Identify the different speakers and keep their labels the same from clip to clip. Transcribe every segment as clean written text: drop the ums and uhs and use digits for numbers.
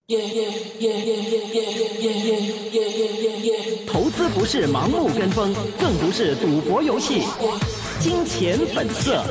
Speaker 1: 投资不是盲目跟风，更不是赌博游戏。金钱本色。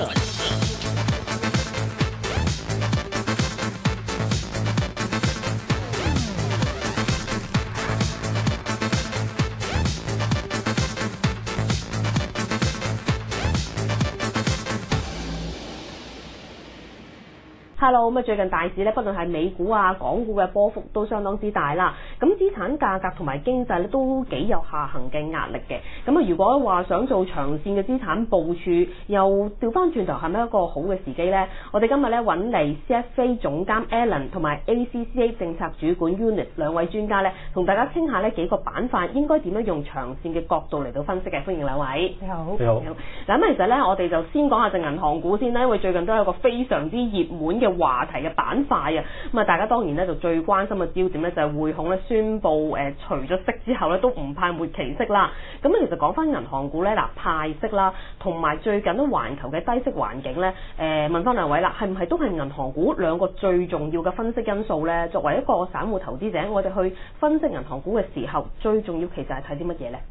Speaker 2: Hello， 咁最近大市咧，不論係美股啊、港股嘅波幅都相當之大啦。咁資產價格同埋經濟咧都幾有下行嘅壓力嘅。咁啊，如果話想做長線嘅資產部署，又調翻轉頭係咪一個好嘅時機呢？我哋今日咧揾嚟 CFA 總監 Alan 同埋 ACCA 政策主管 Eunice 兩位專家咧，同大家傾下呢幾個板塊應該點樣用長線嘅角度嚟到分析嘅。歡迎兩位。
Speaker 3: 你好。
Speaker 2: 你好。咁其實咧，我哋就先講下隻銀行股先啦，因為最近都有一個非常之熱門嘅話題嘅板塊啊，咁啊大家當然咧就最關心嘅焦點咧就係匯控咧宣布除咗息之後咧都唔派末期息啦。咁其實講翻銀行股咧派息啦，同埋最近都環球嘅低息環境咧，問翻兩位啦，係唔係都係銀行股兩個最重要嘅分析因素咧？作為一個散戶投資者，我哋去分析銀行股嘅時候，最重要其實係睇啲乜嘢咧？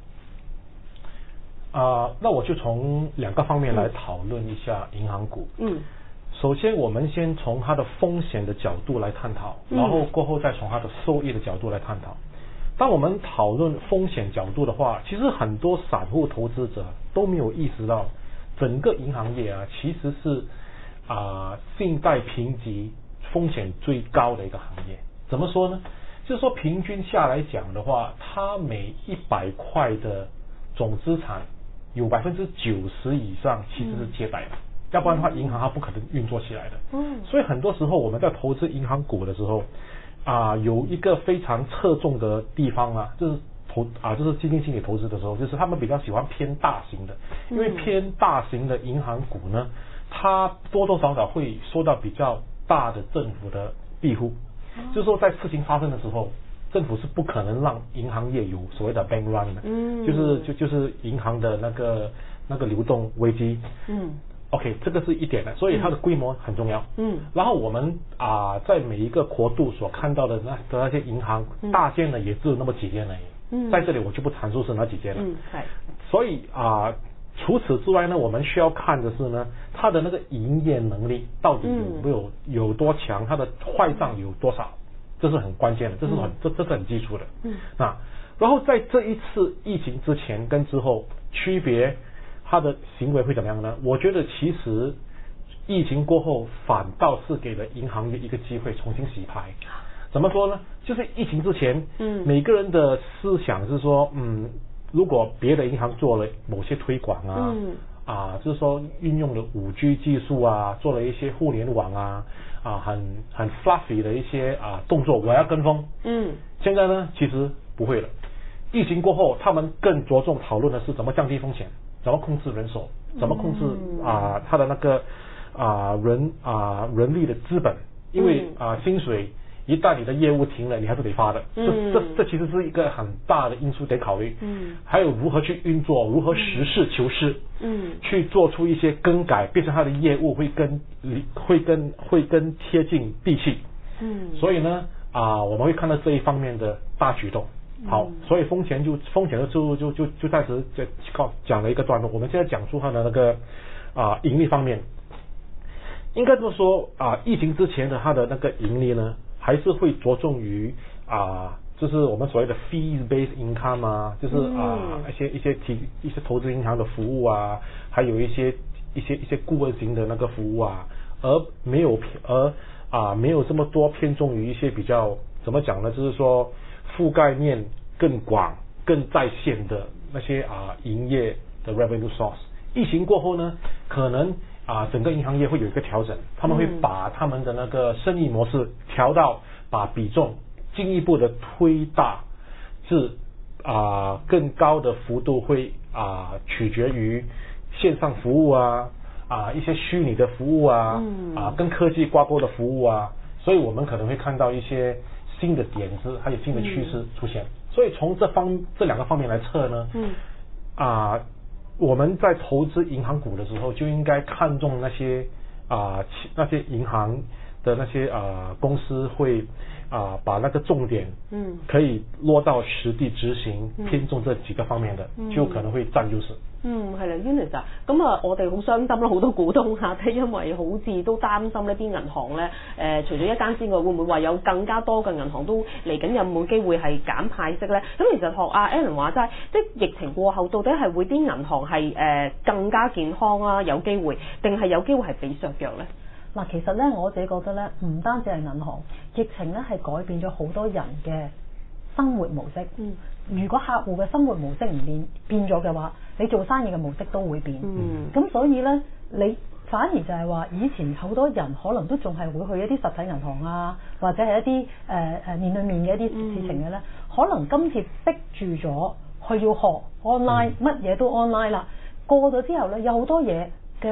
Speaker 3: 那我就從兩個方面來討論一下銀行股。首先我們先從它的風險的角度來探討，然後過後再從它的收益的角度來探討。當我們討論風險角度的話，其實很多散戶投資者都沒有意識到，整個銀行業啊，其實是信貸評級風險最高的一個行業。怎麼說呢？就是說平均下來講的話，它每100塊的總資產有90%以上其實是借貸的。要不然的話，銀行它不可能運作起來的。所以很多時候我們在投資銀行股的時候，有一個非常側重的地方啊，就是基金經理投資的時候，就是他們比較喜歡偏大型的，因為偏大型的銀行股呢，它多多少少會受到比較大的政府的庇護，就是說在事情發生的時候，政府是不可能讓銀行業有所謂的 bank run 的，就是銀行的那個流動危機。OK， 這個是一點的，所以它的規模很重要。然後我們在每一個國度所看到的那些銀行，大間呢也只有那麼幾間而已。在這裡我就不闡述是哪幾間了。所以除此之外呢，我們需要看的是呢，它的那個營業能力到底有多強，它的壞賬有多少，這是很關鍵的，這是很基礎的。然後在這一次疫情之前跟之後區別。他的行為會怎麼樣呢？我覺得其實疫情過後反倒是給了銀行業一個機會重新洗牌。怎麼說呢？就是疫情之前，每個人的思想是說，如果別的銀行做了某些推廣就是說運用了5G 技術啊，做了一些互聯網很 fluffy 的一些動作，我要跟風。現在呢，其實不會了。疫情過後，他們更着重討論的是怎麼降低風險。怎麼控制人手？怎麼控制他的那個人力的資本？因為薪水一旦你的業務停了，你還是得發的。這其實是一個很大的因素得考慮。還有如何去運作，如何實事求是，去做出一些更改，變成他的業務會更貼近地氣。所以呢我們會看到這一方面的大舉動。好，所以風險就暫時講了一個段落。我們現在講出它的那個盈利方面，應該就是說疫情之前的它的那個盈利呢，還是會着重於就是我們所謂的 fee-based income 就是一些投資銀行的服務還有一些顧問型的那個服務而沒有這麼多偏重於一些比較怎麼講呢？就是說。覆蓋面更廣、更在線的那些營業的 revenue source， 疫情過後呢，可能整個銀行業會有一個調整，他們會把他們的那個生意模式調到把比重進一步的推大至更高的幅度會取決於線上服務一些虛擬的服務跟科技掛鈎的服務所以我們可能會看到一些新的點子，還有新的趨勢出現。所以從這兩個方面來測呢，我們在投資銀行股的時候，就應該看重那些銀行的那些公司会把那个重點可以落到實地執行，偏重這幾個方面的，就可能會佔優勢。
Speaker 2: 係啦 Eunice 啊，咁我哋好傷心啦，好多股東嚇，因為好似都擔心呢啲銀行咧，除咗一間之外，會唔會話有更加多嘅銀行都嚟緊有冇機會係減派息咧？咁其實學阿 Alan 話齋，即係疫情過後，到底係會啲銀行係更加健康啊，有機會，定係有機會係被削弱咧？
Speaker 4: 嗱，其實咧我自己覺得咧，唔單止係銀行，疫情咧係改變咗好多人嘅生活模式。如果客戶嘅生活模式唔變咗嘅話，你做生意嘅模式都會變。咁所以咧，你反而就係話，以前好多人可能都仲係會去一啲實體銀行啊，或者係一啲面對面嘅一啲事情嘅咧，可能今次逼住咗，佢要學 online，乜嘢都 online 啦。過咗之後咧，有好多嘢嘅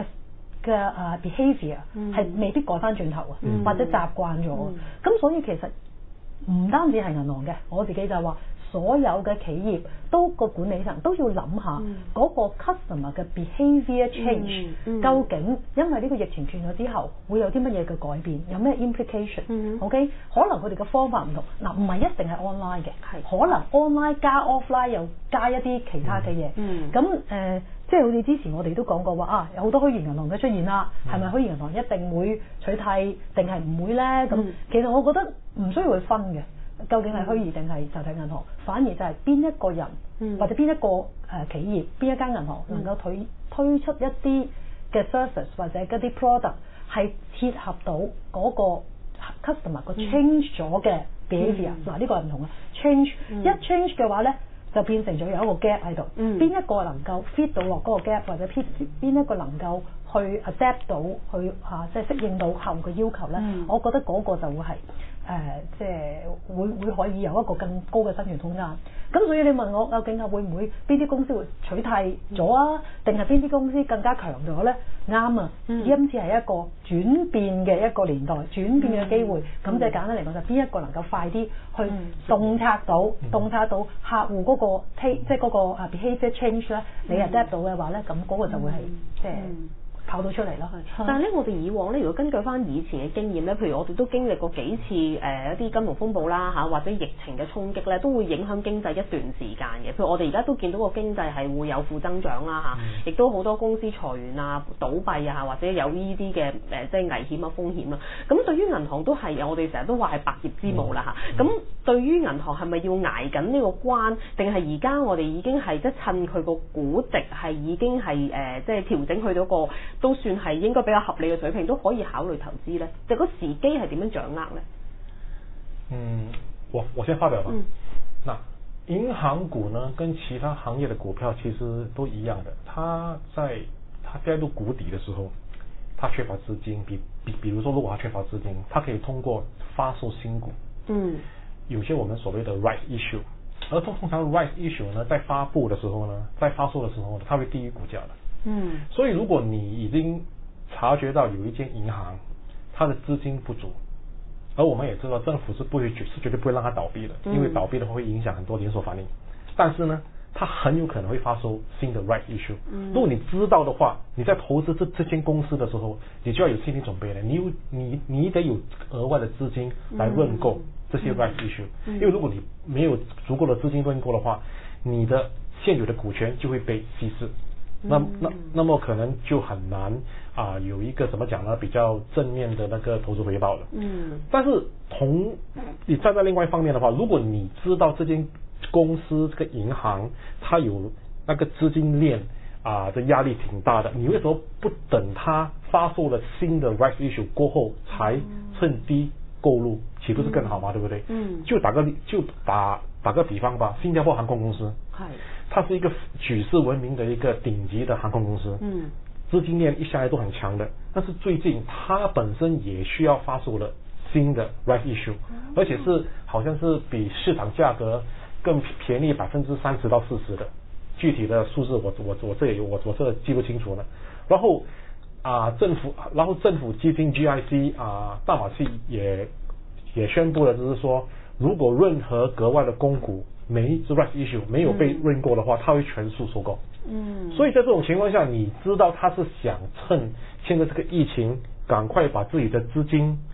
Speaker 4: behavior 係未必改翻轉頭啊，或者習慣咗。咁所以其實唔單止係銀行嘅，我自己就話所有嘅企業都個管理層都要諗下嗰個 customer 嘅 behavior change，究竟因為呢個疫情轉咗之後會有啲乜嘢嘅改變，有咩 implication？OK，可能佢哋嘅方法唔同，嗱唔係一定係 online 嘅，可能 online 加 offline 又加一啲其他嘅嘢。咁即係好似之前我哋都講過話有好多虛擬銀行嘅出現啦，係咪虛擬銀行一定會取替定係唔會咧？咁其實我覺得唔需要去分嘅，究竟係虛擬定係實體銀行，反而就係邊一個人或者邊一個企業邊一間銀行能夠推出一啲嘅 service 或者一啲 product 係切合到嗰個 customer 個 change 咗嘅 behavior。嗱呢個係唔同嘅 change，一 change 嘅話咧，就變成咗有一個 gap 喺度，邊一個能夠 fit 到落嗰個 gap，或者邊一個能夠去 adapt 到去即係適應到客戶嘅要求咧，我覺得嗰個就會係即係會可以有一個更高嘅生存空間。咁所以你問我究竟係會唔會邊啲公司會取替咗啊？定係邊啲公司更加強咗咧？啱啊！今次係一個轉變嘅一個年代，轉變嘅機會。咁就簡單嚟講，就邊一個能夠快啲去洞察到客戶嗰個即係嗰個behavior change 咧，你 adapt 到嘅話咧，咁嗰個就會係即係跑到出嚟咯。
Speaker 2: 但係咧，我哋以往咧，如果根據翻以前嘅經驗咧，譬如我哋都經歷過幾次一啲金融風暴啦或者疫情嘅衝擊咧，都會影響經濟一段時間嘅。譬如我哋而家都見到個經濟係會有負增長啦亦都好多公司裁員啊、倒閉啊，或者有呢啲嘅即係危險啊、風險啊。咁對於銀行都係我哋成日都話係百業之母啦咁對於銀行係咪要捱緊呢個關，定係而家我哋已經係即係趁佢個估值係已經係即係調整去到個都算係應該比較合理嘅水平，都可以考慮投資呢？就個時機係點樣掌握呢？
Speaker 3: 我先發表吧。那銀行股呢，跟其他行業的股票其實都一樣的。它跌入谷底的時候，它缺乏資金。比如說，如果它缺乏資金，它可以通過發售新股。有些我們所謂的 rights issue， 而通常 rights issue 呢，在發布的時候呢，在發售的時候呢，它會低於股價的。所以如果你已經察覺到有一間銀行它的資金不足，而我們也知道政府是絕對不會讓它倒閉的，因為倒閉的話會影響很多連鎖反應。但是呢，它很有可能會發售新的 right issue。如果你知道的話，你在投資這間公司的時候，你就要有心理準備了。你得有額外的資金來認購這些 right issue。因為如果你沒有足夠的資金認購的話，你的現有的股權就會被稀釋。那麼可能就很難有一個怎麼講呢，比較正面的那個投資回報了。但是你站在另外一方面的話，如果你知道這間公司這個銀行它有那個資金鏈的壓力挺大的，你為什麼不等它發售了新的 rights issue 過後才趁低購入，豈不是更好嗎？對不對？就打個比方吧，新加坡航空公司，它是一個舉世聞名的一個頂級的航空公司，資金鏈一向來都很強的，但是最近它本身也需要發售了新的 rights issue，而且是好像是比市場價格更便宜30%到40%的，具體的數字我這記不清楚了。然後政府基金 GIC 大馬系也宣布了，就是說如果任何格外的公股rights issue 沒有被認購的話，它會全數收購。所以在這種情況下，你知道他是想趁現在這個疫情趕快把自己的資金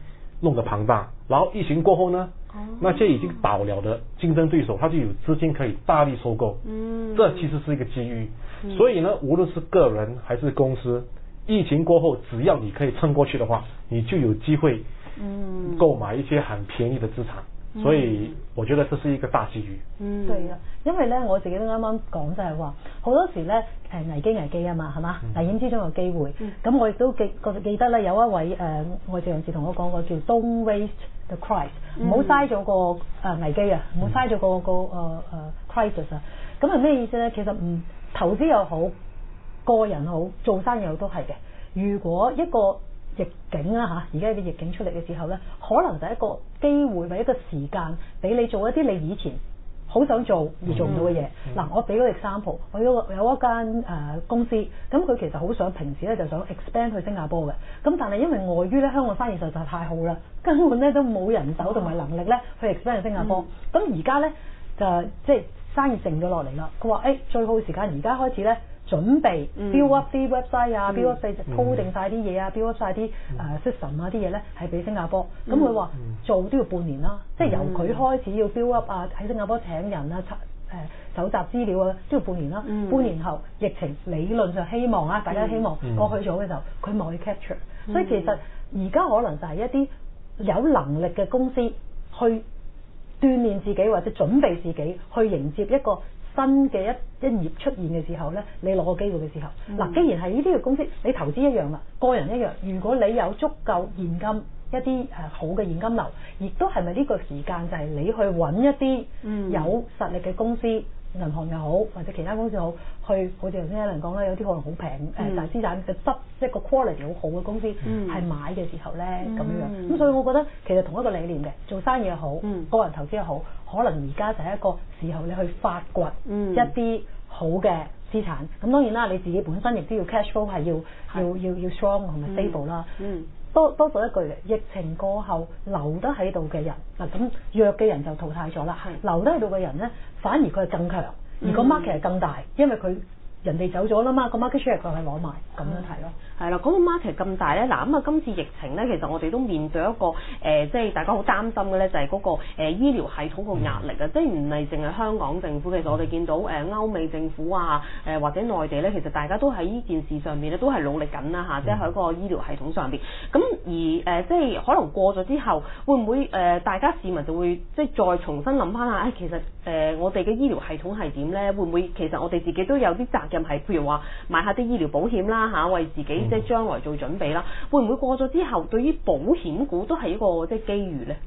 Speaker 3: 弄得庞大，然后疫情过后呢，那些已经倒了的竞争对手，他就有资金可以大力收购，这其实是一个机遇。所以呢，无论是个人还是公司，疫情过后，只要你可以撑过去的话，你就有机会购买一些很便宜的资产。所以我覺得這是一個大機遇。
Speaker 4: 對啊，因為咧我自己都啱啱講就係話，好多時咧危機啊嘛，係嘛？危險之中有機會。咁我亦都記得咧有一位外籍人士同我講過叫 Don't waste the crisis，唔好嘥咗個危機啊，唔好嘥咗個crisis 啊。咁係咩意思咧？其實投資又好，個人好，做生意又都係嘅。如果一個逆境啦嚇，而家嘅逆境出嚟嘅時候咧，可能就係一個機會或者一個時間俾你做一啲你以前好想做而做唔到嘅嘢。嗱，我俾個 example， 我有一間公司，咁佢其實好想平時咧就想 expand 去新加坡嘅，咁但係因為礙於咧香港生意實在太好啦，根本咧都冇人手同埋能力咧去 expand 去新加坡。咁而家咧就即係生意靜咗落嚟啦。佢話最好時間而家開始咧。準備 build up 啲 website 啊 ，build up 鋪定晒啲嘢啊 ，build up 晒啲system 啊啲嘢咧，係俾新加坡。咁佢話做都要半年啦，即係由佢開始要 build up 啊，喺新加坡請人啊，搜集資料啊，都要半年啦。半年後疫情理論上希望啊，大家希望過去咗嘅時候，佢咪可以 capture。所以其實而家可能就係一啲有能力嘅公司去鍛鍊自己或者準備自己去迎接一個新嘅一頁出現嘅時候咧，你攞個機會嘅時候，嗱，既然係呢啲嘅公司，你投資一樣啦，個人一樣。如果你有足夠現金，一啲好嘅現金流，亦都係咪呢個時間就係你去揾一啲有實力嘅公司，銀行又好或者其他公司好，去好似頭先Helen講啦，有啲可能好平但係資產嘅質一個 quality 好好嘅公司係買嘅時候咧咁樣。咁所以我覺得其實同一個理念嘅，做生意又好，個人投資又好，可能而家就係一個時候你去發掘一啲好嘅資產。咁當然啦，你自己本身亦都要 cash flow 係要 strong 同埋 stable 啦。多數一句嘅，疫情過後留得喺度嘅人，嗱咁弱嘅人就淘汰咗啦。留得喺度嘅人咧，反而佢係更強，而個 market 係更大，因為佢人哋走咗啦嘛，個 market share 佢係攞埋，咁樣睇咯。係啦，講到 market 咁大咧，嗱咁啊，今次疫情咧，其實我哋都面對一個即係大家好擔心嘅咧，就係嗰個醫療系統個壓力啊，即係唔係淨係香港政府，其實我哋見到歐美政府啊，或者內地咧，其實大家都喺呢件事上面咧，都係努力緊啦嚇，即係喺個醫療系統上邊。咁而即係可能過咗之後，會唔會大家市民就會即係再重新諗翻下，其實我哋嘅醫療系統係點咧？會唔會其實我哋自己都有啲責任係，譬如話買下啲醫療保險啦嚇，為自己即係將來做準備啦，會唔會過咗之後，對於保險股都係一個即係機遇呢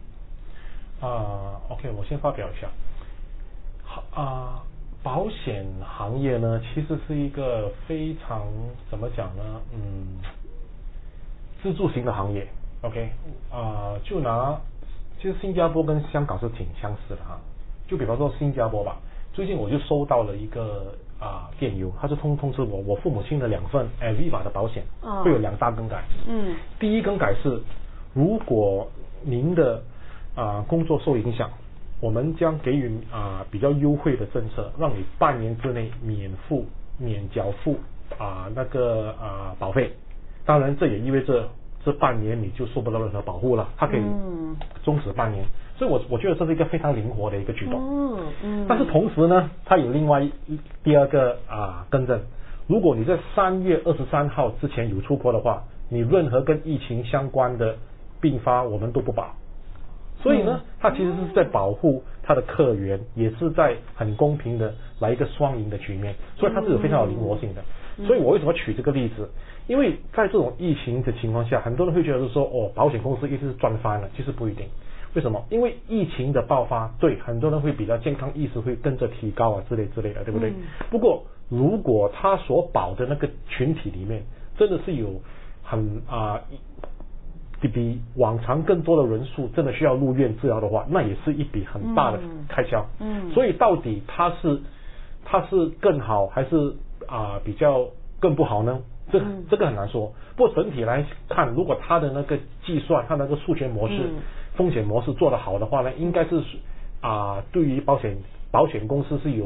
Speaker 3: ？OK， 我先發表一下。保險行業呢，其實是一個非常怎麼講呢？支柱型的行業。OK，就拿其實新加坡跟香港是挺相似的哈。就比方說新加坡吧，最近我就收到了一個電郵，他是通知我父母親的2份Aviva 的保險會有2大更改。第一更改是，如果您的工作受影響，我們將給予比較優惠的政策，讓你半年之內免繳付那個保費。當然，這也意味着這半年你就受不到任何保護了，它可以終止半年。所以我覺得這是一個非常靈活的一個舉動。但是同時呢，它有另外第二個更正，如果你在3月23號之前有出國的話，你任何跟疫情相關的併發我們都不保。所以呢，它其實是在保護它的客源，也是在很公平的來一個雙贏的局面，所以它是有非常有靈活性的。所以我為什麼舉這個例子？因為在這種疫情的情況下，很多人會覺得說，保險公司一定是賺翻了，其實不一定。為什麼？因為疫情的爆發，對很多人會比較健康意識會跟着提高之類的，對不對？不過如果他所保的那個群體裡面，真的是有很比往常更多的人數真的需要入院治療的話，那也是一筆很大的開銷。所以到底它是更好還是比較更不好呢？這個很難說。不過整體來看，如果它的那個計算，它那個數學模式、風險模式做得好的話呢，應該是對於保險公司是有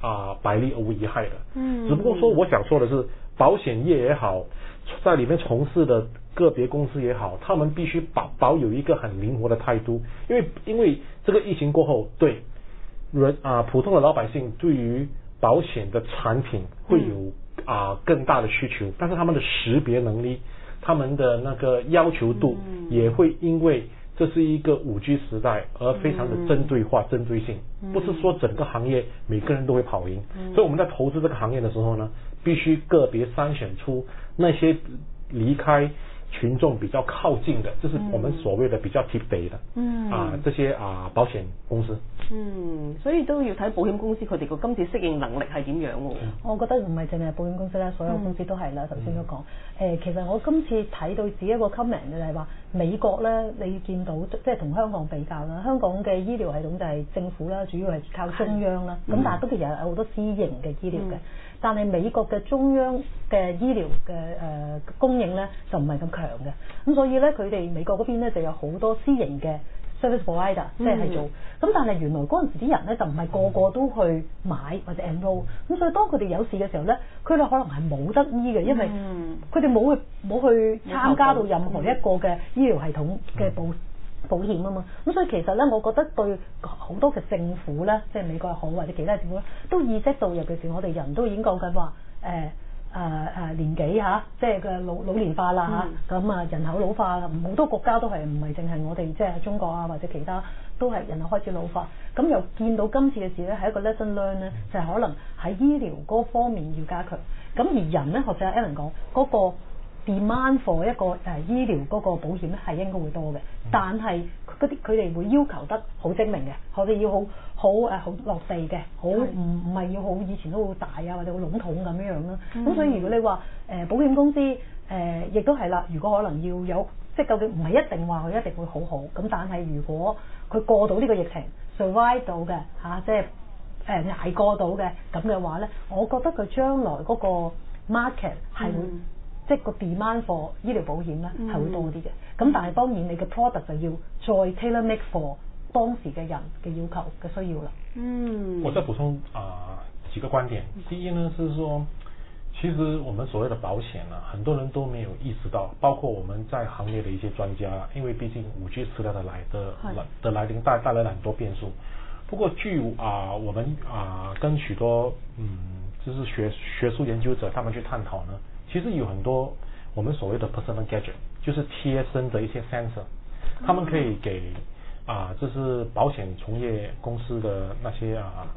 Speaker 3: 百利而无一害的。只不过说我想说的是，保险业也好，在里面从事的个别公司也好，他们必须保有一个很灵活的态度，因为这个疫情过后，对普通的老百姓对于保险的产品会有更大的需求，但是他们的识别能力，他们的那个要求度也会因为这是一个5G 时代而非常的针对化、针对性，不是说整个行业每个人都会跑赢。所以我们在投资这个行业的时候呢，必须个别筛选出那些离开群众比较靠近的，就是我们所謂的比較貼地的，這些保險公司。
Speaker 2: 所以都要睇保險公司佢哋個今次適應能力係點樣喎？
Speaker 4: 我覺得唔係淨係保險公司啦，所有公司都係啦。頭先都講，其實我今次睇到自己一個 comment 就係話，美國咧你見到即係同香港比較啦，香港嘅醫療系統就係政府啦，主要係靠中央啦，咁但係都其實有好多私營嘅醫療嘅。但係美國嘅中央嘅醫療嘅供應咧就唔係咁強嘅，咁所以咧佢哋美國嗰邊咧就有好多私營嘅 service provider 即係做，咁但係原來嗰陣時啲人咧就唔係個個都去買或者 enroll， 咁所以當佢哋有事嘅時候咧，佢哋可能係冇得醫嘅，因為佢哋冇去參加到任何一個嘅醫療系統嘅保險啊嘛，咁所以其實咧，我覺得對好多嘅政府咧，即係美國又好或者其他政府咧，都意識到，尤其是我哋人都已經講緊話年紀嚇，即係嘅老年化啦嚇，咁人口老化，好多國家都係唔係淨係我哋即係中國啊或者其他都係人口開始老化，咁又見到今次嘅事咧係一個 lesson learn 咧，就係可能喺醫療嗰方面要加強，咁而人咧學者 Alan 講嗰個demand for 一個醫療嗰個保險咧係應該會多嘅，但係佢哋會要求得好精明嘅，我哋要好落地嘅，好唔係要好以前都好大啊或者好籠統咁樣啦。咁所以如果你話保險公司亦都係啦，如果可能要有即係究竟唔係一定話佢一定會好好，咁但係如果佢過到呢個疫情 survive 到嘅即係捱過到嘅咁嘅話咧，我覺得佢將來嗰個 market 係會。即係個 demand for 醫療保險咧係會多啲嘅，咁但係當然你嘅 product 就要再 tailor make for 當時嘅人嘅要求嘅需要啦。
Speaker 3: 我再補充幾個觀點。第一呢是說，其實我們所謂的保險啊，很多人都沒有意識到，包括我們在行業的一些專家，因為畢竟5G 時代的來臨帶來了很多變數。不過據我們跟許多就是學術研究者他們去探討呢。其實有很多我們所謂的 personal gadget， 就是貼身的一些 sensor， 他們可以給就是保險從業公司的那些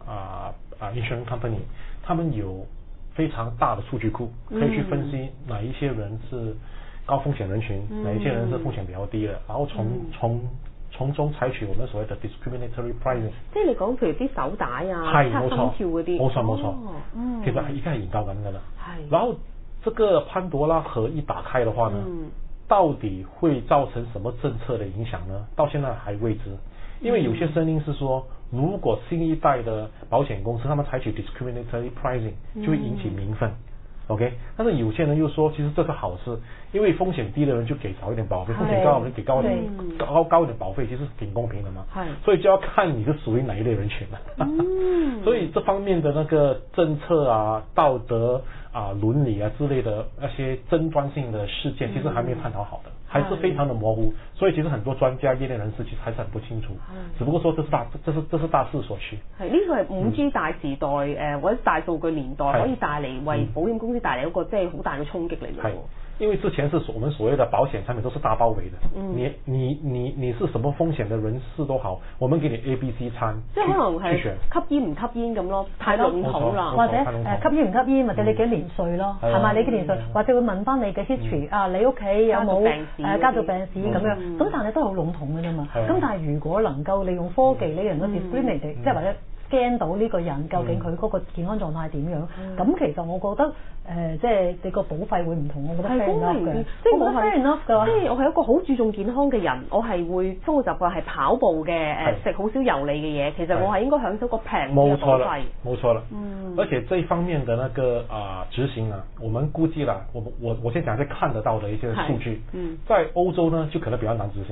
Speaker 3: insurance company， 他們有非常大的數據庫，可以去分析哪一些人是高風險人群，哪一些人是風險比較低的，然後從中採取我們所謂的 discriminatory pricing。即係
Speaker 2: 你講譬如啲手帶測心跳嗰啲。冇
Speaker 3: 錯。其實而家係研究緊㗎啦。然後這個潘多拉盒一打開的話呢，到底會造成什麼政策的影響呢？到現在還未知，因為有些聲音是說，如果新一代的保險公司他們採取 discriminatory pricing， 就會引起民憤。OK， 但是有些人又說，其實這是好事，因為風險低的人就給少一點保費，風險高的人給高一點保費，其實是挺公平的嘛。所以就要看你是屬於哪一類人群了。所以這方面的那個政策道德倫理之類的那些爭端性的事件，其實還沒有探討好的，還是非常的模糊。所以其實很多專家業內人士其實還是很不清楚。只不過說這是大勢所趨。係呢個係5G 大時代或者大數據年代可以帶嚟為保險公司帶嚟一個即係好大嘅衝擊嚟嘅。因為之前是我們所謂的保險產品都是大包圍的，你是什麼風險的人士都好，我們給你 A、B、C 餐，即係可能係吸煙唔吸煙咁咯，太籠統啦，或者吸煙唔吸煙，或者你幾年歲咯，係嘛？你幾年歲，或者會問翻你嘅 history，你屋企有冇家族病史咁樣，咁但係都係好籠統嘅啫嘛。咁但係如果能夠利用科技，你能夠 discriminate， 即係或者驚到呢個人究竟佢嗰個健康狀態點樣？咁其實我覺得即係你個保費會唔同，我覺得 fair enough 嘅。即係我 fair enough 嘅話，即係我係一個好注重健康嘅人，我係會生活習慣係跑步嘅，食好少油膩嘅嘢。其實我係應該享受個平嘅保費。冇錯啦，而且這一方面的那個執行啊，我們估計啦，我先講一些看得到的一些數據。在歐洲呢，就可能比較難執行。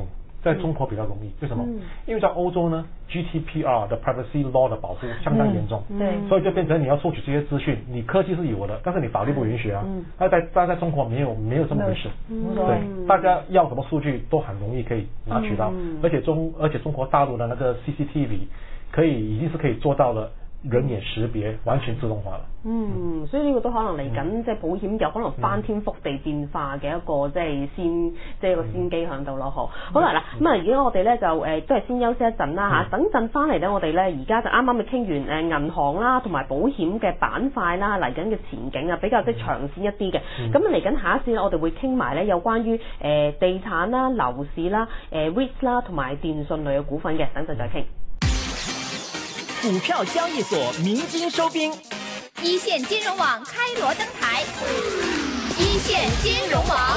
Speaker 3: 在中国比较容易，为什么？因为在欧洲呢 ，GDPR 的 Privacy Law 的保护相当严重，所以就变成你要收取这些资讯，你科技是有的，但是你法律不允许啊。那在中国没有这么回事，对，大家要什么数据都很容易可以拿取到，而且中國大陸的那個 CCTV 已經是可以做到了人眼識別完全自動化啦。
Speaker 2: 所以呢個都可能嚟緊，即係保險有可能翻天覆地變化嘅一個即係一個先機喺度咯，嗬。好啦，咁啊，而家我哋咧就都係先休息一陣啦嚇，等陣翻嚟咧，我哋咧而家就啱啱咪傾完銀行啦同埋保險嘅板塊啦，嚟緊嘅前景啊比較即係長線一啲嘅。咁嚟緊下一次我哋會傾埋咧有關於地產啦、樓市啦、REIT 啦同埋電信類嘅股份嘅，等陣再傾。
Speaker 1: 股票交易所鳴金收兵，
Speaker 5: 一線金融網開鑼登台，一線金融網。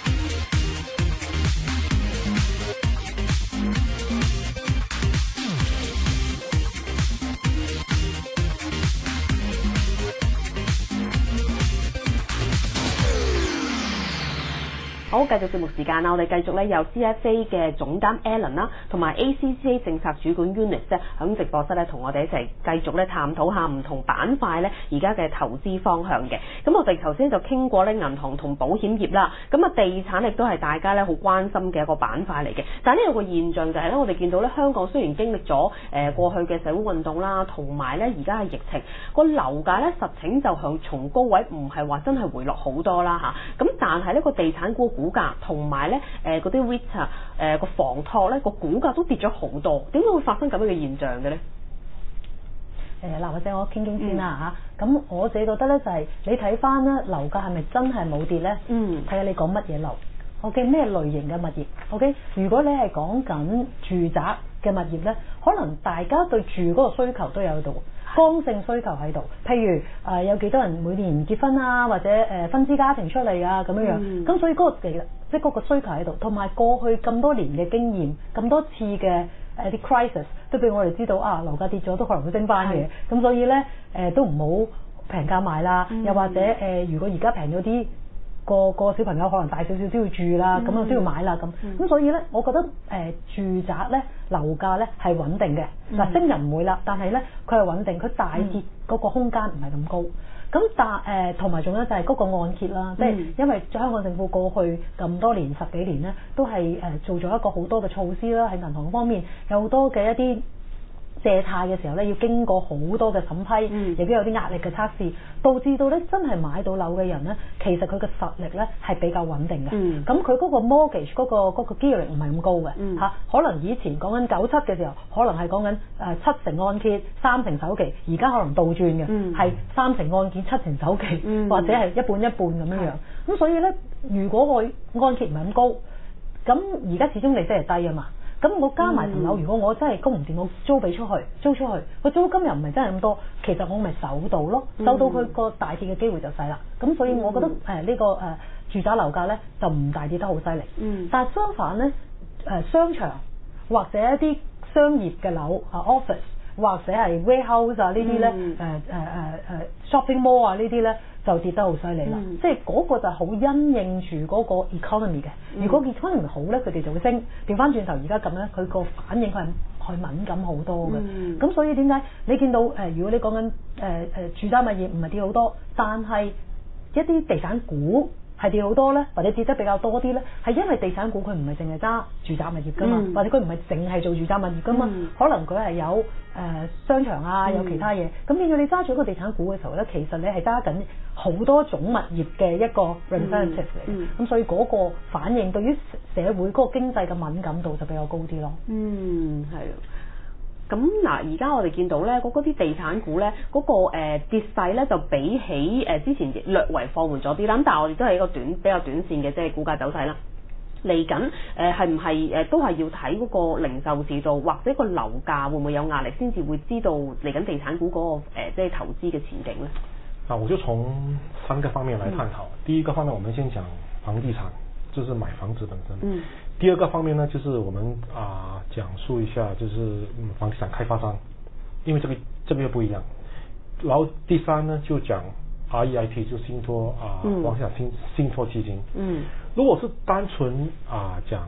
Speaker 2: 好，繼續節目時間啦，我哋繼續咧有 CFA 嘅總監 Alan 啦，同埋 ACCA 政策主管 Eunice 咧喺直播室咧同我哋一齊繼續咧探討下唔同板塊咧而家嘅投資方向嘅。咁我哋頭先就傾過咧銀行同保險業啦，咁啊地產亦都係大家咧好關心嘅一個板塊嚟嘅。但係呢有個現象就係咧，我哋見到咧香港雖然經歷咗過去嘅社會運動啦，同埋咧而家係疫情，個樓價咧實情就向從高位唔係話真係回落好多啦嚇。咁但係呢個地產股價同埋咧嗰啲 REIT 個房託咧個股價都跌咗好多，點解會發生咁樣嘅現象嘅咧？
Speaker 4: 嗱，或者我傾先啦嚇。咁我自己覺得咧就係你睇翻咧樓價係咪真係冇跌咧？睇下你講乜嘢樓，OK 咩類型嘅物業 ，OK 如果你係講緊住宅嘅物業咧，可能大家對住嗰個需求都有喺度。剛性需求喺度，譬如有幾多人每年唔結婚啊，或者分支家庭出嚟啊咁樣，咁所以嗰個即係嗰個需求喺度，同埋過去咁多年嘅經驗，咁多次嘅啲 crisis 都俾我哋知道啊，樓價跌咗都可能會升翻嘅，咁所以咧都唔好平價買啦，又或者如果而家平咗啲。個小朋友可能大少少都要住啦，咁啊都要買啦咁所以咧，我覺得住宅咧樓價咧係穩定嘅，嗱升就唔會啦，但係咧佢係穩定，佢大跌嗰個空間唔係咁高。咁同埋仲有就係嗰個按揭啦，即係因為香港政府過去咁多年10幾年咧，都係做咗一個好多嘅措施啦，喺銀行方面有好多嘅一啲。借貸嘅時候咧，要經過好多嘅審批，亦都有啲壓力嘅測試，導致到咧真係買到樓嘅人咧，其實佢嘅實力咧係比較穩定嘅。咁佢嗰個 mortgage 嗰個 gearing 唔係咁高嘅可能以前講緊97嘅時候，可能係講緊7成按揭3成首期，而家可能倒轉嘅，係3成按揭7成首期，或者係一半一半咁樣樣。咁所以咧，如果我按揭唔係咁高，咁而家始終利息係低啊嘛。咁我加埋層樓，如果我真係供唔掂，我租出去，個租金又唔係真係咁多，其實我咪守到咯，守到佢個大跌嘅機會就細啦。咁所以我覺得呢個住宅樓價咧就唔大跌得好犀利。但係相反咧商場或者一啲商業嘅樓office 或者係 warehouse 啊呢啲咧shopping mall 啊呢啲咧就跌得好犀利啦。即係嗰個就好因應住嗰個 economy 嘅。如果 economy 好咧，佢哋就會升。調翻轉頭而家咁咧，佢個反應佢係敏感好多嘅。咁所以點解你見到如果你講緊住宅物業唔係跌好多，但係一啲地產股係跌好多咧，或者跌得比較多啲咧，係因為地產股佢唔係淨係揸住宅物業噶嘛，或者佢唔係淨係做住宅物業噶嘛，可能佢係有商場啊，有其他嘢。咁變咗你揸住一個地產股嘅時候咧，其實你係揸緊好多種物業嘅一個 representative 嚟。咁所以嗰個反應對於社會嗰個經濟嘅敏感度就比較高啲咯。
Speaker 2: 係啊。咁嗱，而家我哋見到咧，嗰啲地產股咧，嗰個跌勢咧就比起之前略為放緩咗啲啦。咁但係我哋都係一個比較短線嘅即係股價走勢啦。嚟緊係唔係都係要睇嗰個零售市道或者個樓價會唔會有壓力，先至會知道嚟緊地產股嗰個即係投資嘅前景咧？
Speaker 3: 我就從3個方面來探討。第一個方面，我們先講房地產，就是買房子本身。第二個方面呢，就是我們講述一下，就是房地產開發商，因為這個又不一樣。然後第三呢，就講 REIT，就信託房地產信託基金。如果是單純講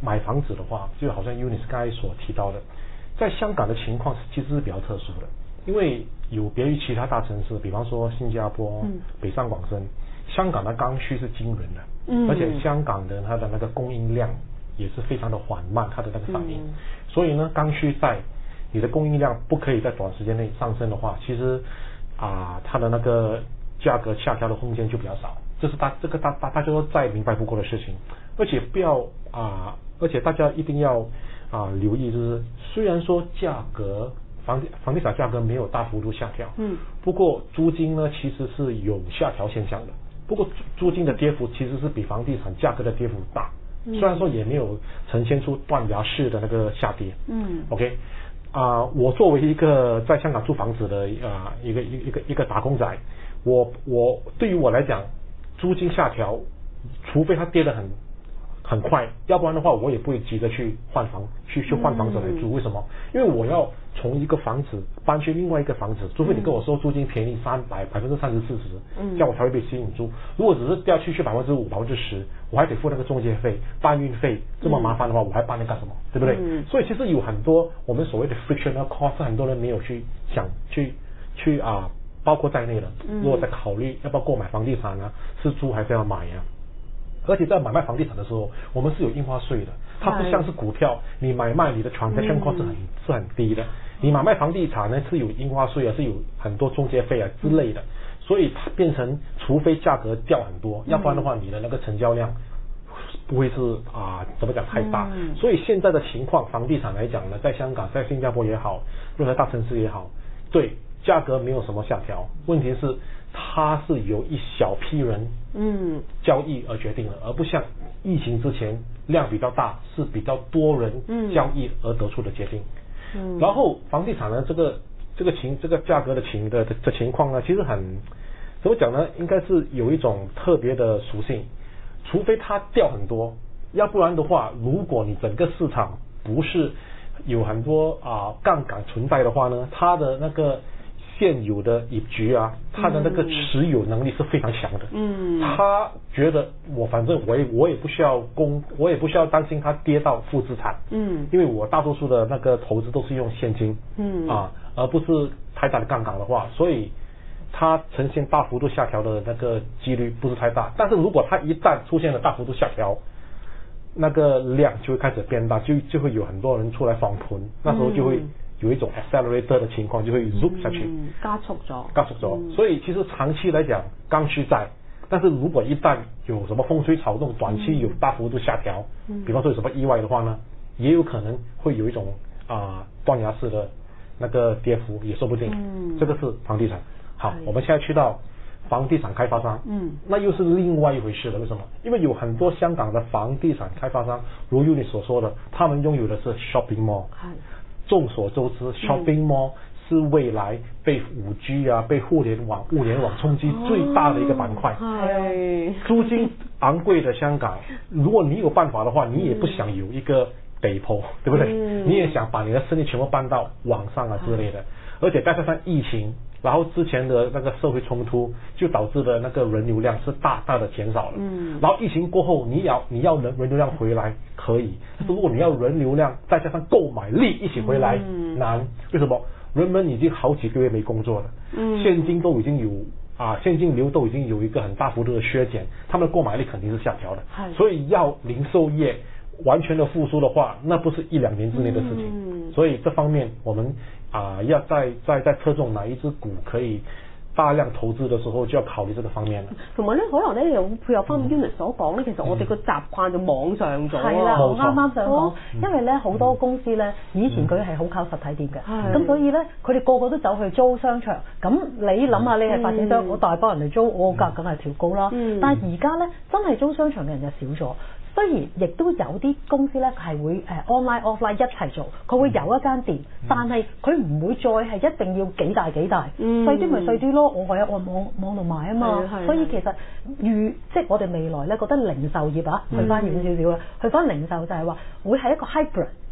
Speaker 3: 买房子的话，就好像 Eunice 刚才所提到的，在香港的情况其实是比较特殊的，因为有别于其他大城市，比方说新加坡、北上广深，香港的刚需是惊人的，而且香港的它的那个供应量也是非常的缓慢，它的那个反应，所以呢，刚需在你的供应量不可以在短时间内上升的话，其实它的那个价格下调的空间就比较少，这是大家都再明白不过的事情。而且不要而且大家一定要留意，就是虽然说价格房地产价格没有大幅度下调，不过租金呢其实是有下调现象的。不过租金的跌幅其实是比房地产价格的跌幅大，虽然说也没有呈现出断崖式的那个下跌。OK。我作为一个在香港租房子的一个打工仔，我对于我来讲，租金下调，除非它跌得很快，要不然的话我也不会急着去换房子来租。为什么？因为我要从一个房子搬去另外一个房子，除非你跟我说租金便宜30%、40%，这样我才会被吸引住。如果只是掉去5%、10%，我还得付那个中介费、搬运费，这么麻烦的话，我还搬来干什么？对不对？所以其实有很多我们所谓的 frictional cost， 很多人没有去想去包括在内的。如果在考虑要不要购买房地产呢，是租还是要买呀？而且在买卖房地产的时候，我们是有印花税的，它不像是股票，你买卖你的 transaction cost 是很低的。你买卖房地产呢是有印花税啊，是有很多中介费啊之类的，所以它变成除非价格掉很多，要不然的话你的那个成交量不会是怎么讲太大。所以现在的情况，房地产来讲呢，在香港、在新加坡也好，任何大城市也好，对价格没有什么下调，问题是它是由一小批人交易而决定的，而不像疫情之前量比较大，是比较多人交易而得出的决定。然后房地产呢，这个价格的情况呢，其实怎么讲呢？应该是有一种特别的属性，除非它掉很多，要不然的话，如果你整个市场不是有很多杠杆存在的话呢，它的那个现有的业主他的那个持有能力是非常强的。他觉得反正我也不需要担心他跌到负资产。因为我大多数的那个投资都是用现金。而不是太大的杠杆的话，所以它呈现大幅度下调的那个几率不是太大。但是如果它一旦出现了大幅度下调，那个量就会开始变大，就会有很多人出来放盘，那时候就会有一种 accelerator 的情况，就会 zoom 下去，
Speaker 2: 加速咗。
Speaker 3: 所以其实长期来讲刚需在，但是如果一旦有什么风吹草动，短期有大幅度下调，比方说有什么意外的话呢，也有可能会有一种断崖式的那个跌幅也说不定。这个是房地产。好，我们现在去到房地产开发商，那又是另外一回事了。为什么？因为有很多香港的房地产开发商，如你所说的，他们拥有的是 shopping mall。众所周知，shopping mall 是未来被5G 被物联网冲击最大的一个板块。租金昂贵的香港，如果你有办法的话，你也不想有一个北坡，对不对？你也想把你的生意全部搬到网上之类的。而且再加上疫情，然后之前的那个社会冲突，就导致的那个人流量是大大的减少了。然后疫情过后，你要人流量回来可以，但是如果你要人流量再加上购买力一起回来，难。为什么？人们已经好几个月没工作了，现金都已经有现金流都已经有一个很大幅度的削减，他们的购买力肯定是下调的。所以要零售业完全的复苏的话，那不是1-2年之内的事情。所以这方面我们要在侧重哪一支股可以大量投資嘅時候，就要考慮這個方面啦。
Speaker 2: 同埋咧，可能咧又配合翻 Eunice 所講咧，其實我哋個習慣就網上咗。
Speaker 4: 係啦，我啱啱想講，因為咧好多公司咧，以前佢係好靠實體店嘅，咁所以咧佢哋個個都走去租商場。咁你諗下，你係發展商，我大幫人嚟租，我價梗係調高啦。但係而家咧，真係租商場嘅人就少咗。雖然亦都有啲公司咧係會online offline 一齊做，佢會有一間店，但係佢唔會再係一定要幾大，細啲咪細啲咯，我係喺網度買啊嘛，所以其實即係我哋未來咧覺得零售業去翻遠少少啦，去翻零售就係話會係一個 hybrid。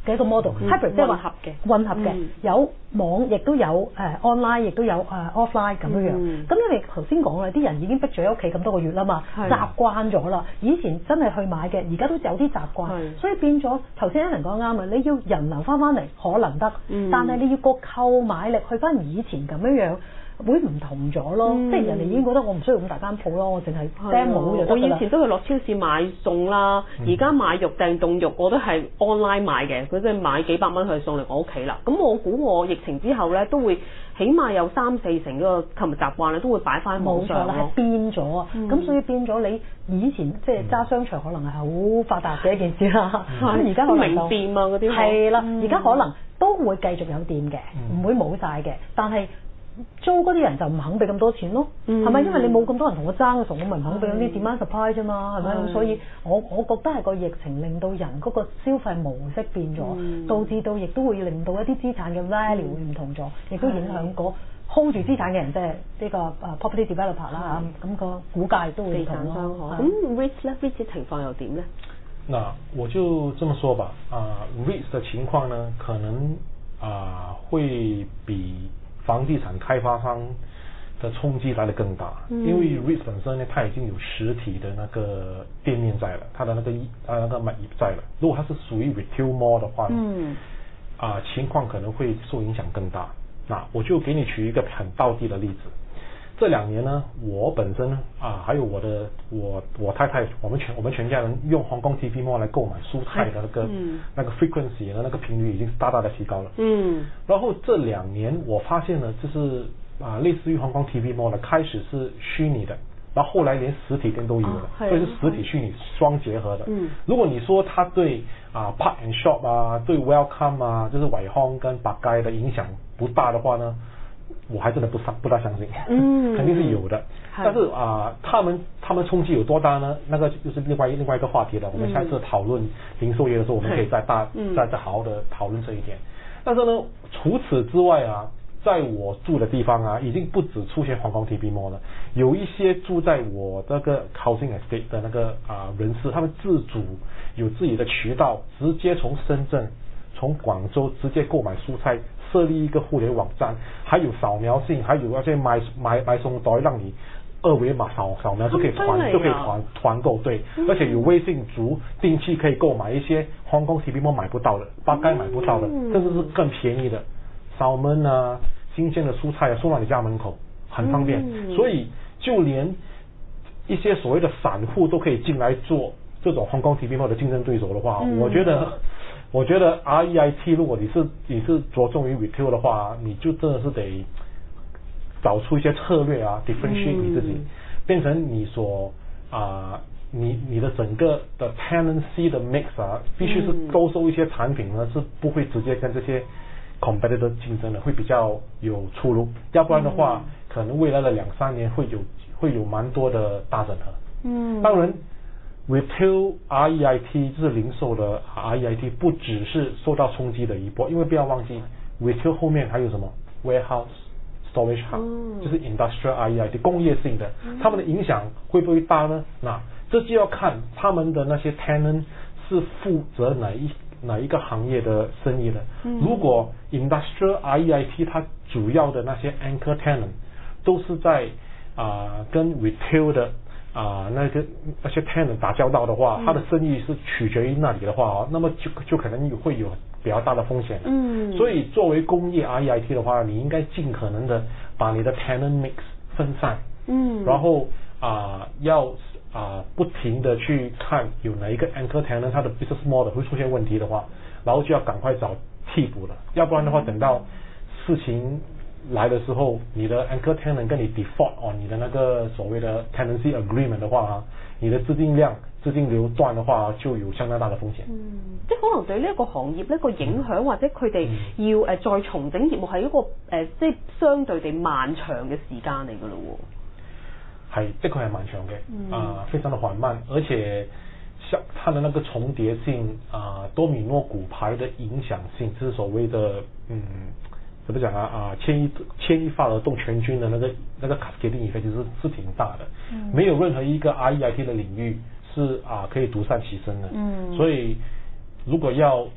Speaker 4: 嘅一個 model，hybrid 即係話混合嘅，有網亦都有online， 亦都有offline 咁樣樣。咁因為頭先講啦，啲人已經逼咗喺屋企咁多個月啦嘛，習慣咗啦。以前真係去買嘅，而家都有啲習慣，所以變咗頭先Ellen講啱啊，你要人流翻嚟可能得，但係你要個購買力去翻以前咁樣樣。會唔同咗咯，即係人哋已經覺得我唔需要咁大間鋪咯，我淨係 demo 就得啦。我以前都係落超市買餸啦，而家買肉訂凍肉我都係 online 買嘅，佢即係買幾百蚊去送嚟我屋企啦。咁我估我疫情之後咧都會起碼有3-4成嗰個購物習慣咧都會擺翻網上咯。冇錯啦，係變咗啊，咁所以變咗你以前即係揸商場可能係好發達嘅一件事啦，咁而家可能名店啊嗰啲係啦，而家可能都會繼續有店嘅，唔會冇晒嘅，但係租嗰啲人就唔肯俾咁多錢咯，係咪？因為你冇咁多人同我爭嘅時候，我咪唔肯俾嗰啲 demand supply 啫嘛，係咪？咁所以我覺得係個疫情令到人嗰個消費模式變咗，導致到亦都會令到一啲資產嘅 value 會唔同咗，亦都影響個 hold 住資產嘅人，即係呢個 property developer 啦嚇，咁個股價亦都會唔同咯。咁 REIT 咧 ，REIT 情況又點咧？
Speaker 3: 那我就這麼說吧，REIT 的情況呢，可能會比房地產開發商的衝擊來得更大，因為 REIT 本身呢，它已經有實體的那個店面在了，它的那個買業在了。如果它是屬於 retail mall 的話，情況可能會受影響更大。那我就給你舉一個很道地的例子。這2年呢，我本身還有我太太，我們全家人用 Hong Kong TV Mall 來購買蔬菜的那個 frequency 呢，那個頻率已經大大的提高了。然後這2年我發現呢，就是類似於 Hong Kong TV Mall 呢，開始是虛擬的，然後後來連實體店都有了，所以是實體虛擬雙結合的。如果你說它對Park and Shop 對 Welcome 就是偉康跟百佳的影響不大的話呢，我還真的不大相信，肯定是有的。但是他們衝擊有多大呢？那個就是另外一個話題了。我們下次討論零售業的時候，我們可以再好好的討論這一點。但是呢，除此之外在我住的地方已經不止出現 Hong Kong TV Mall 了，有一些住在我這個 housing estate 的那個人士，他們自主有自己的渠道，直接從深圳、從廣州直接購買蔬菜。設立一個互聯網站，還有掃描性，還有而且買送袋，讓你2維碼掃描就可以團購，對，而且有微信族定期可以購買一些 Hong Kong TV Mall 買不到的，百佳買不到的，甚至是更便宜的salmon新鮮的蔬菜送到你家門口，很方便。所以就連一些所謂的散戶都可以進來做這種 Hong Kong TV Mall 的競爭對手的話，我覺得 REIT 如果你是着重於 retail 的話，你就真的是得找出一些策略differentiate 你自己，變成你所你的整個的 tenancy 的 mix 必須是兜售一些產品呢，是不會直接跟這些 competitor 競爭的，會比較有出路。要不然的話，可能未來的2-3年會有蠻多的大整合。當然。Retail REIT 就是零售的 REIT， 不只是受到衝擊的一波，因為不要忘記 Retail 後面還有什麼 Warehouse、Storage Hub，就是 Industrial REIT 工業性的，他們的影響會不會大呢？那這就要看他們的那些 tenant 是負責哪一個行業的生意的。如果 Industrial REIT 它主要的那些 anchor tenant 都是在跟 Retail 的那些 tenant 打交道的話，他的生意是取決於那裡的話，那麼就可能會有比較大的風險。所以作為工業 REIT 的話，你應該盡可能的把你的 tenant mix 分散，然後要不停的去看有哪一個 anchor tenant 它的 business model 會出現問題的話，然後就要趕快找替補了，要不然的話等到事情來的時候，你的 anchor tenant 跟你 default on 你的那個所謂的 tenancy agreement 的話，你的資金流斷的話，就有相當大的風險。
Speaker 2: 即係可能對呢一個行業呢個影響，或者佢哋要再重整業務係一個即係相對地漫長嘅時間嚟㗎咯喎。
Speaker 3: 係，的確係漫長嘅，非常的緩慢，而且像它的那個重疊性多米諾骨牌的影響性，就是所謂的怎麼講牽一發而動全軍的那個 cascading effect 是挺大的，沒有任何一個 REIT 的領域是可以獨善其身的，所以如果要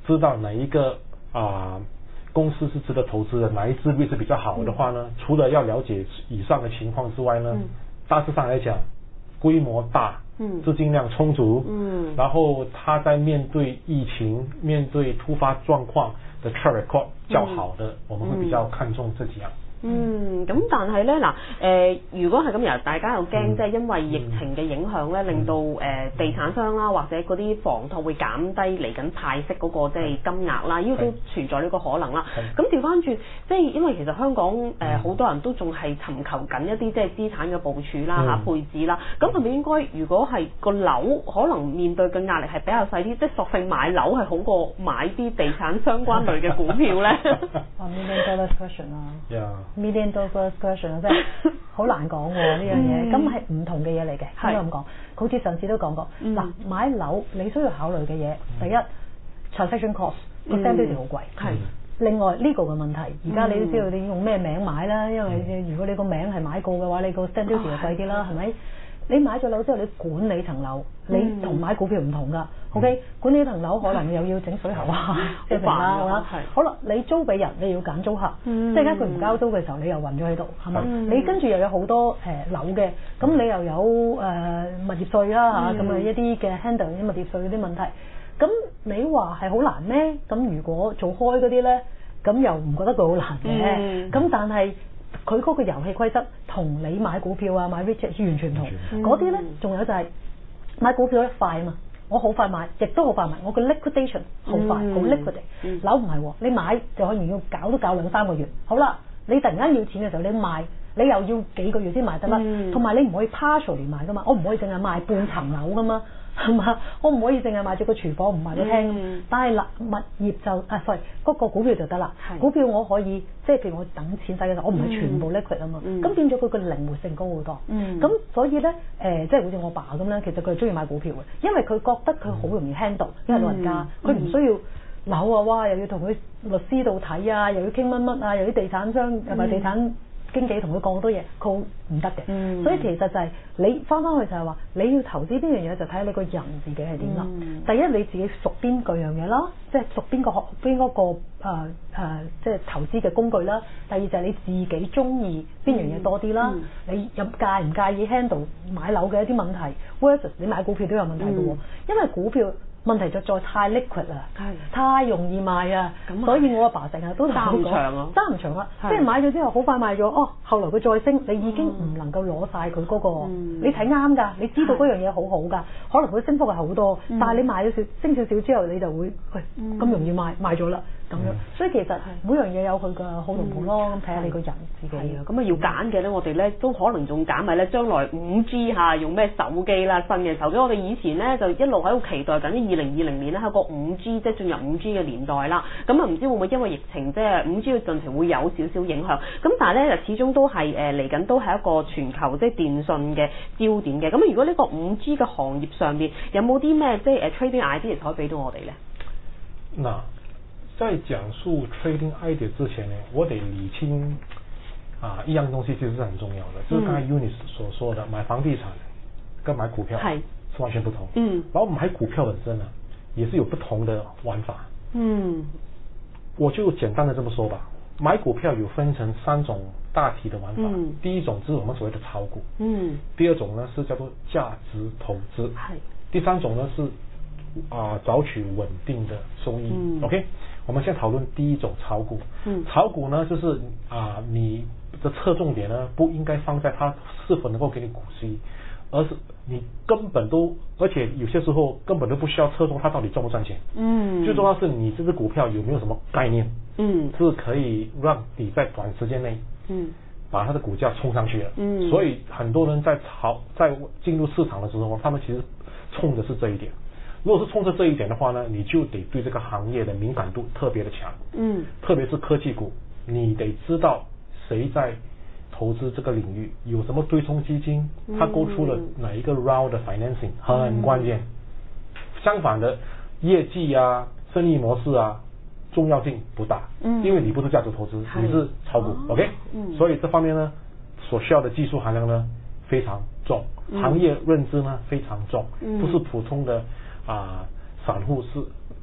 Speaker 3: 知道哪一个公司是值得投资的，哪一支币是比较好的话呢，除了要了解以上的情况之外呢，大致上来讲，规模大，资金量充足，然后他在面对疫情、面对突发状况的 track record 較好的，我們會比較看重這幾樣。
Speaker 2: 咁但係咧嗱，如果係咁，由大家又驚，即係因為疫情嘅影響咧，令到地產商啦或者嗰啲房託會減低嚟緊派息嗰個即係金額啦，呢個都存在呢個可能啦。咁調翻轉，即係因為其實香港好多人都仲係尋求緊一啲即係資產嘅部署啦配置啦，咁係咪應該如果係個樓可能面對嘅壓力係比較細啲，即係索性買樓係好過買啲地產相關類嘅股票咧
Speaker 4: ？$1 million question 啊！$1 million question 啊，真係好難講喎呢樣嘢，咁係唔同嘅嘢嚟嘅，應該咁講。好似上次都講過，嗱買樓你需要考慮嘅嘢，第一 transaction cost 個 stamp duty 好貴，另外呢個嘅問題，而家你都知道你用咩名買啦，因為如果你個名係買過嘅話，你個 stamp duty 就貴啲啦，係咪？你買咗樓之後，你管理層樓，你同買股票唔同㗎。OK， 管理層樓可能又要整水喉啊，即係啦，係嘛？好啦，你租俾人，你要揀租客，即係間佢唔交租嘅時候，你又暈咗喺度，係嘛？你跟住又有好多樓嘅，咁你又有物業稅啦嚇，咁一啲嘅 handle 啲物業稅嗰啲問題，咁你話係好難咩？咁如果做開嗰啲咧，咁又唔覺得佢好難嘅，咁但係佢嗰個遊戲規則同你買股票啊買 REIT 完全唔同，嗰啲咧仲有就係買股票咧快啊嘛，我好快買，亦都好快買，我個 liquidation 好快，好 liquidate。樓唔係喎，你買就可能要搞2-3個月，好啦，你突然間要錢嘅時候你賣，你又要幾個月先賣得啦，同埋你唔可以 partially 賣噶嘛，我唔可以淨係賣半層樓噶嘛。係嘛？我唔可以淨係賣咗個廚房，唔賣個廳。但係物業就sorry，嗰個股票就得啦。股票我可以即係譬如我等錢使嘅時候，我唔係全部 liquid 啊嘛。咁變咗佢個靈活性高好多。咁所以咧即係好似我爸咁咧，其實佢係中意買股票嘅，因為佢覺得佢好容易 handle，因為老人家佢唔需要樓啊，哇又要同佢律師度睇啊，又要傾乜乜啊，又要地產商又咪地產經紀同佢講好多嘢，佢唔得嘅。所以其實就係你翻返去就係話，你要投資邊樣嘢就睇下你個人自己係點啦。第一你自己屬邊嗰樣嘢啦，即係屬邊嗰個即係投資嘅工具啦。第二就係你自己中意邊樣嘢多啲啦。你又介唔介意 handle 買樓嘅一啲問題 versus 你買股票都有問題嘅喎，因為股票問題就再太 liquid 啦，太容易賣啊，所以我阿爸成日都同我講，揸唔長啊，即係買咗之後好快賣咗，後來佢再升，你已經唔能夠攞晒佢嗰個，你睇啱㗎，你知道嗰樣嘢好好㗎，可能佢升幅係好多，但係你買咗升少少之後，你就會咁容易賣咗啦。咁樣，所以其實每樣嘢有佢嘅好同唔好咯，咁睇下你個人自己。係啊，咁要揀嘅咧，我哋咧都可能仲揀埋咧將來5G 嚇用咩手機啦，新嘅手機。我哋以前咧就一路喺度期待緊2020年咧係個5G 即係進入5G 嘅年代啦。咁啊唔知會唔會因為疫情即係5G 嘅進程會有少少影響？咁但係咧就始終都係嚟緊都係一個全球即係電訊嘅焦點嘅。咁如果呢個5G 嘅行業上邊有冇啲咩即係trading ideas 可以俾到我哋咧？
Speaker 3: 嗱。在講述 trading idea 之前呢，我得理清一樣東西其實是很重要的，就是剛才 Eunice 所說的，買房地產跟買股票是完全不同。然後買股票本身呢，也是有不同的玩法。我就簡單的這麼說吧，買股票有分成3種大體的玩法。第一種就是我們所謂的炒股。第二種呢是叫做價值投資。第三種呢是找取穩定的收益。OK。我們先討論第一種炒股。炒股呢，就是你的側重點呢，不應該放在它是否能夠給你股息，而是你根本都，而且有些時候根本都不需要側重它到底賺不賺錢。最重要是你這隻股票有沒有什麼概念，是可以讓你在短時間內，把它的股價衝上去了。所以很多人在進入市場的時候，他們其實衝的是這一點。如果是衝着這一點的話呢，你就得對這個行業的敏感度特別的強。特別是科技股，你得知道誰在投資這個領域，有什麼對沖基金，它勾出了哪一個 round 的 financing，很關鍵。相反的，業績啊、生意模式啊，重要性不大，因為你不是價值投資，你是炒股。OK，所以這方面呢，所需要的技術含量呢非常重，行業認知呢非常重，不是普通的散戶是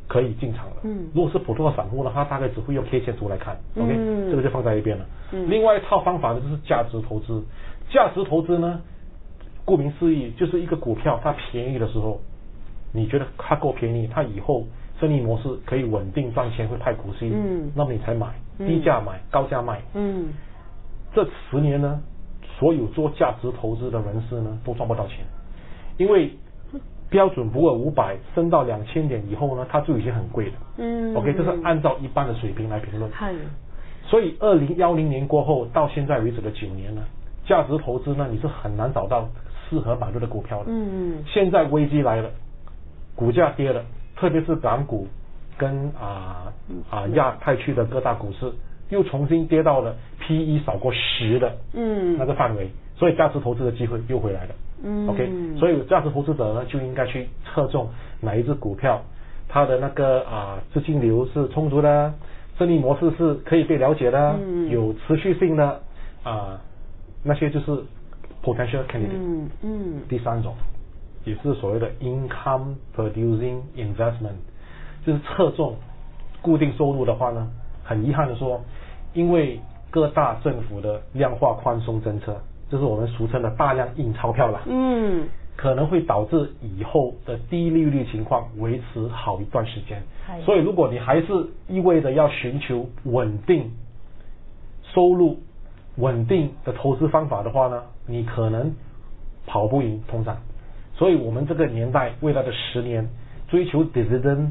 Speaker 3: 可以进场了。如果是普通的散户呢，他大概只会用 K 线图来看。OK， 这个就放在一边了。另外一套方法呢，就是价值投资。价值投资呢，顾名思义，就是一个股票它便宜的时候，你觉得它够便宜，它以后生意模式可以稳定赚钱，会派股息，那么你才买，低价买，高价卖。这10年呢，所有做价值投资的人士呢，都赚不到钱，因为标准普尔500升到2000点以后呢，它就已经很贵了。OK， 这是按照一般的水平来评论。所以2010年过后到现在为止的9年呢，价值投资呢，你是很难找到适合买入的股票的。现在危机来了，股价跌了，特别是港股跟亚太区的各大股市又重新跌到了 PE 少过10的那个范围，所以价值投资的机会又回来了。OK， 所以价值投资者呢就应该去侧重哪一只股票，它的那个资金流是充足的，生意模式是可以被了解的，有持续性的那些就是 potential candidate。第3种也是所谓的 income producing investment， 就是侧重固定收入的话呢，很遗憾的说，因为各大政府的量化宽松政策，就是我们俗称的大量印钞票啦，可能会导致以后的低利率情况维持好一段时间。所以如果你还是意味着要寻求稳定收入、稳定的投资方法的话呢，你可能跑不赢通胀。所以我们这个年代未来的10年追求 dividend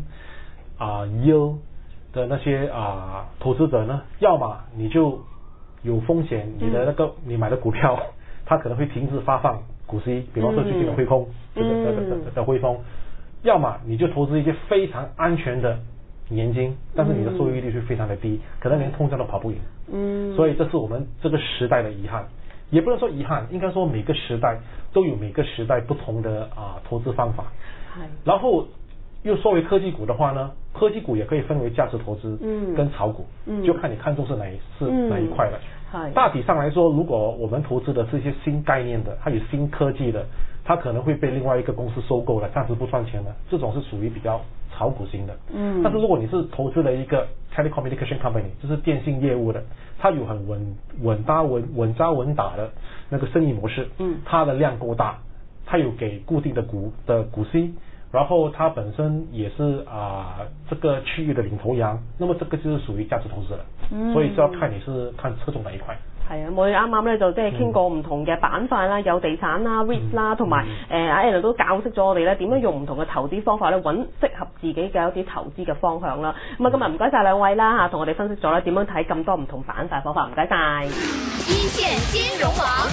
Speaker 3: yield 的那些投资者呢，要么你就有风险，你的那个你买的股票它可能会停止发放股息，比方说最近的汇丰的汇丰，要么你就投资一些非常安全的年金，但是你的收益率是非常的低，可能连通胀都跑不赢。所以这是我们这个时代的遗憾，也不能说遗憾，应该说每个时代都有每个时代不同的投资方法。然后又说回科技股的话呢，科技股也可以分为价值投资跟炒股，就看你看中是哪一块了。大体上来说，如果我们投资的是一些新概念的，它有新科技的，它可能会被另外一个公司收购了，暂时不赚钱了，这种是属于比较炒股型的。但是如果你是投资了一个 telecommunication company， 就是电信业务的，它有很稳扎稳打的那个生意模式，它的量够大，它有给固定的股息，然后它本身也是这个区域的领头羊，那么这个就是属于价值投资了。所以就要看你是看侧重哪一塊。
Speaker 2: 係啊，我哋啱啱咧就即係傾過唔同嘅板塊啦，有地產啦、REIT 啦，同埋阿 Alan 都教識咗我哋咧點樣用唔同嘅投資方法咧揾適合自己嘅一啲投資嘅方向啦。咁今日唔該晒兩位啦同我哋分析咗咧點樣睇咁多唔同板塊方法，唔該晒。
Speaker 5: 一線金融網。